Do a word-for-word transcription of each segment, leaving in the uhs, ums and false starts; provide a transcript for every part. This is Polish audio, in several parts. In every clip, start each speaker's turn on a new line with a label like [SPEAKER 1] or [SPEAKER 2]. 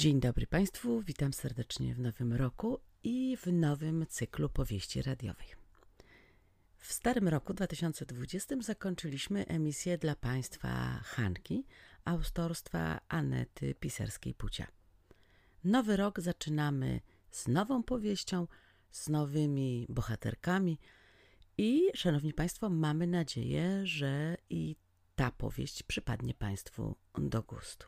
[SPEAKER 1] Dzień dobry Państwu, witam serdecznie w nowym roku i w nowym cyklu powieści radiowej. W starym roku dwa tysiące dwudziestym zakończyliśmy emisję dla Państwa Hanki autorstwa Anety Pisarskiej-Pucia. Nowy rok zaczynamy z nową powieścią, z nowymi bohaterkami i, Szanowni Państwo, mamy nadzieję, że i ta powieść przypadnie Państwu do gustu.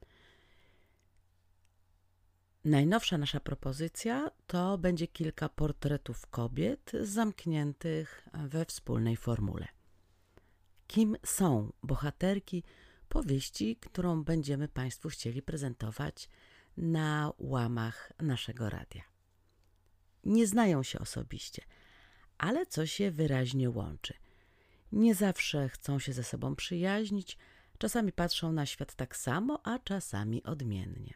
[SPEAKER 1] Najnowsza nasza propozycja to będzie kilka portretów kobiet zamkniętych we wspólnej formule. Kim są bohaterki powieści, którą będziemy Państwu chcieli prezentować na łamach naszego radia? Nie znają się osobiście, ale coś je wyraźnie łączy. Nie zawsze chcą się ze sobą przyjaźnić, czasami patrzą na świat tak samo, a czasami odmiennie.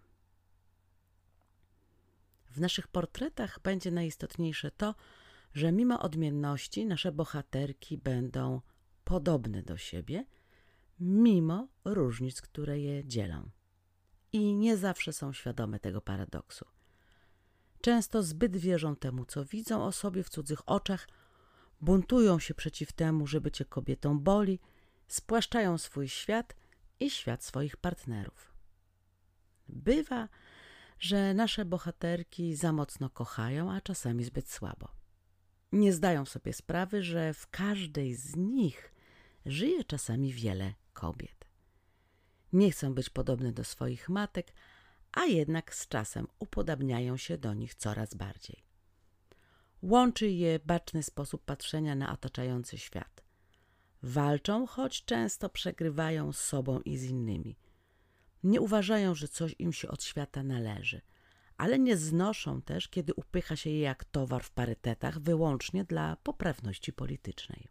[SPEAKER 1] W naszych portretach będzie najistotniejsze to, że mimo odmienności nasze bohaterki będą podobne do siebie, mimo różnic, które je dzielą. I nie zawsze są świadome tego paradoksu. Często zbyt wierzą temu, co widzą o sobie w cudzych oczach, buntują się przeciw temu, że bycie kobietą boli, spłaszczają swój świat i świat swoich partnerów. Bywa, że nasze bohaterki za mocno kochają, a czasami zbyt słabo. Nie zdają sobie sprawy, że w każdej z nich żyje czasami wiele kobiet. Nie chcą być podobne do swoich matek, a jednak z czasem upodabniają się do nich coraz bardziej. Łączy je baczny sposób patrzenia na otaczający świat. Walczą, choć często przegrywają z sobą i z innymi. Nie uważają, że coś im się od świata należy, ale nie znoszą też, kiedy upycha się je jak towar w parytetach wyłącznie dla poprawności politycznej.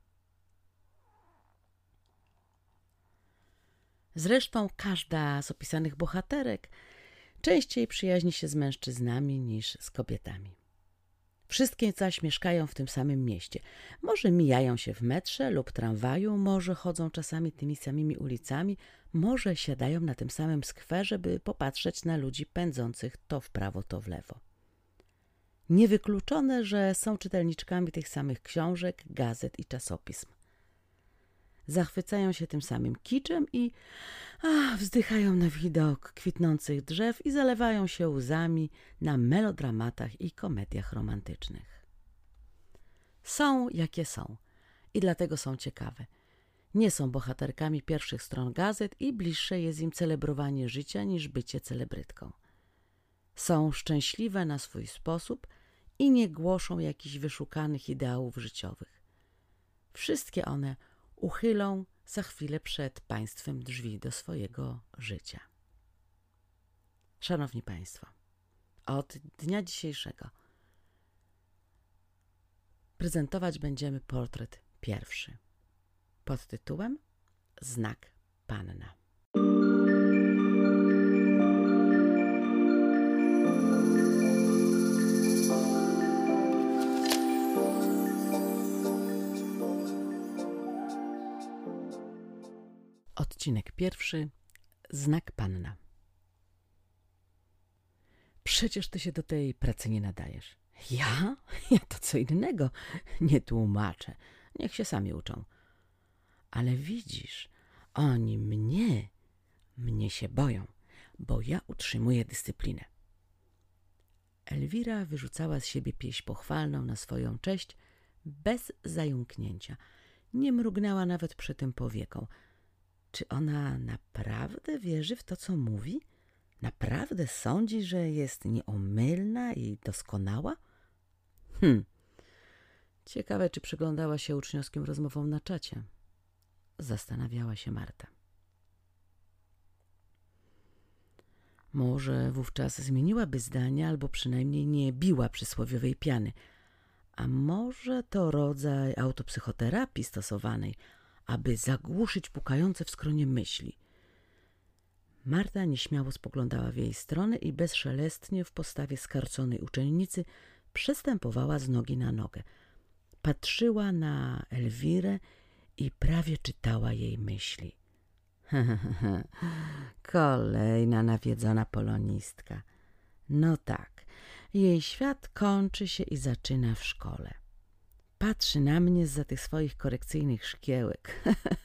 [SPEAKER 1] Zresztą każda z opisanych bohaterek częściej przyjaźni się z mężczyznami niż z kobietami. Wszystkie zaś mieszkają w tym samym mieście. Może mijają się w metrze lub tramwaju, może chodzą czasami tymi samymi ulicami, może siadają na tym samym skwerze, by popatrzeć na ludzi pędzących to w prawo, to w lewo. Niewykluczone, że są czytelniczkami tych samych książek, gazet i czasopism. Zachwycają się tym samym kiczem i ach, wzdychają na widok kwitnących drzew i zalewają się łzami na melodramatach i komediach romantycznych. Są jakie są i dlatego są ciekawe. Nie są bohaterkami pierwszych stron gazet i bliższe jest im celebrowanie życia niż bycie celebrytką. Są szczęśliwe na swój sposób i nie głoszą jakichś wyszukanych ideałów życiowych. Wszystkie one uchylą za chwilę przed Państwem drzwi do swojego życia. Szanowni Państwo, od dnia dzisiejszego prezentować będziemy portret pierwszy pod tytułem Znak Panna. Odcinek pierwszy. Znak Panna. Przecież ty się do tej pracy nie nadajesz. Ja? Ja to co innego. Nie tłumaczę. Niech się sami uczą. Ale widzisz, oni mnie, mnie się boją, bo ja utrzymuję dyscyplinę. Elwira wyrzucała z siebie pieśń pochwalną na swoją cześć bez zająknięcia. Nie mrugnęła nawet przy tym powieką. Czy ona naprawdę wierzy w to, co mówi? Naprawdę sądzi, że jest nieomylna i doskonała? Hm. Ciekawe, czy przyglądała się uczniowskim rozmowom na czacie. Zastanawiała się Marta. Może wówczas zmieniłaby zdanie, albo przynajmniej nie biła przysłowiowej piany. A może to rodzaj autopsychoterapii stosowanej, aby zagłuszyć pukające w skronie myśli. Marta nieśmiało spoglądała w jej stronę i bezszelestnie w postawie skarconej uczennicy przestępowała z nogi na nogę. Patrzyła na Elwirę i prawie czytała jej myśli. Kolejna nawiedzona polonistka. No tak, jej świat kończy się i zaczyna w szkole. Patrzy na mnie zza tych swoich korekcyjnych szkiełek.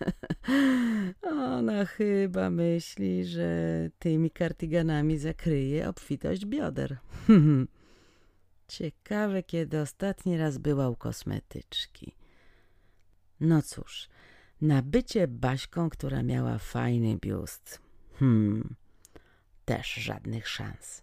[SPEAKER 1] Ona chyba myśli, że tymi kartiganami zakryje obfitość bioder. Ciekawe, kiedy ostatni raz była u kosmetyczki. No cóż, na bycie Baśką, która miała fajny biust. Hmm, też żadnych szans.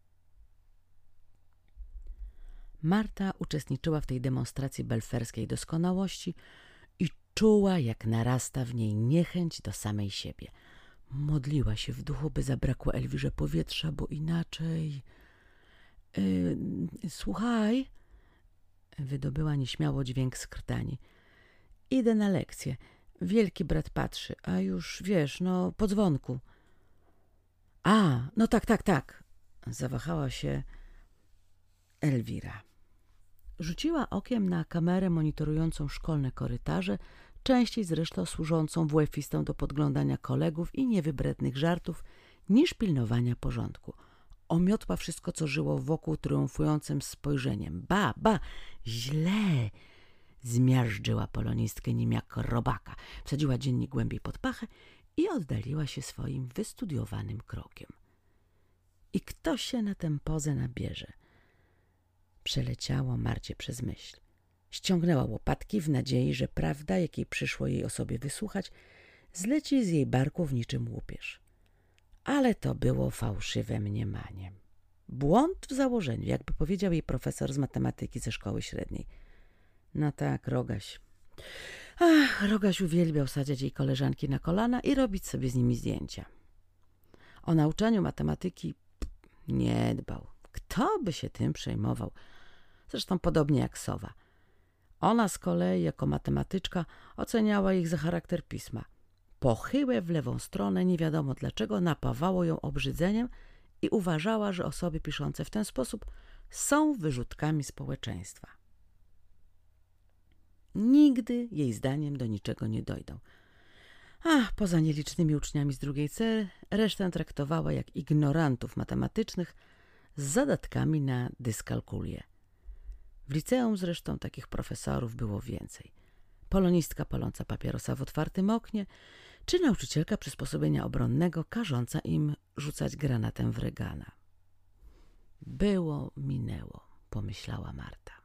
[SPEAKER 1] Marta uczestniczyła w tej demonstracji belferskiej doskonałości i czuła, jak narasta w niej niechęć do samej siebie. Modliła się w duchu, by zabrakło Elwirze powietrza, bo inaczej... Yy, słuchaj, wydobyła nieśmiało dźwięk z krtani. Idę na lekcję. Wielki brat patrzy, a już wiesz, no po dzwonku. A, no tak, tak, tak, zawahała się Elwira. Rzuciła okiem na kamerę monitorującą szkolne korytarze, częściej zresztą służącą włefistą do podglądania kolegów i niewybrednych żartów niż pilnowania porządku. Omiotła wszystko, co żyło wokół triumfującym spojrzeniem. Ba, ba, źle! Zmiażdżyła polonistkę nim jak robaka. Wsadziła dziennik głębiej pod pachę i oddaliła się swoim wystudiowanym krokiem. I kto się na tę pozę nabierze? Przeleciało Marcie przez myśl. Ściągnęła łopatki w nadziei, że prawda, jakiej przyszło jej o sobie wysłuchać, zleci z jej barków niczym łupież. Ale to było fałszywe mniemanie. Błąd w założeniu, jakby powiedział jej profesor z matematyki ze szkoły średniej. No tak, Rogaś. Ach, Rogaś uwielbiał sadziać jej koleżanki na kolana i robić sobie z nimi zdjęcia. O nauczaniu matematyki nie dbał. Kto by się tym przejmował? Zresztą podobnie jak Sowa. Ona z kolei jako matematyczka oceniała ich za charakter pisma. Pochyłe w lewą stronę, nie wiadomo dlaczego, napawało ją obrzydzeniem i uważała, że osoby piszące w ten sposób są wyrzutkami społeczeństwa. Nigdy jej zdaniem do niczego nie dojdą. A poza nielicznymi uczniami z drugiej C, resztę traktowała jak ignorantów matematycznych z zadatkami na dyskalkulię. W liceum zresztą takich profesorów było więcej. Polonistka paląca papierosa w otwartym oknie, czy nauczycielka przysposobienia obronnego każąca im rzucać granatem w regana. Było, minęło, pomyślała Marta.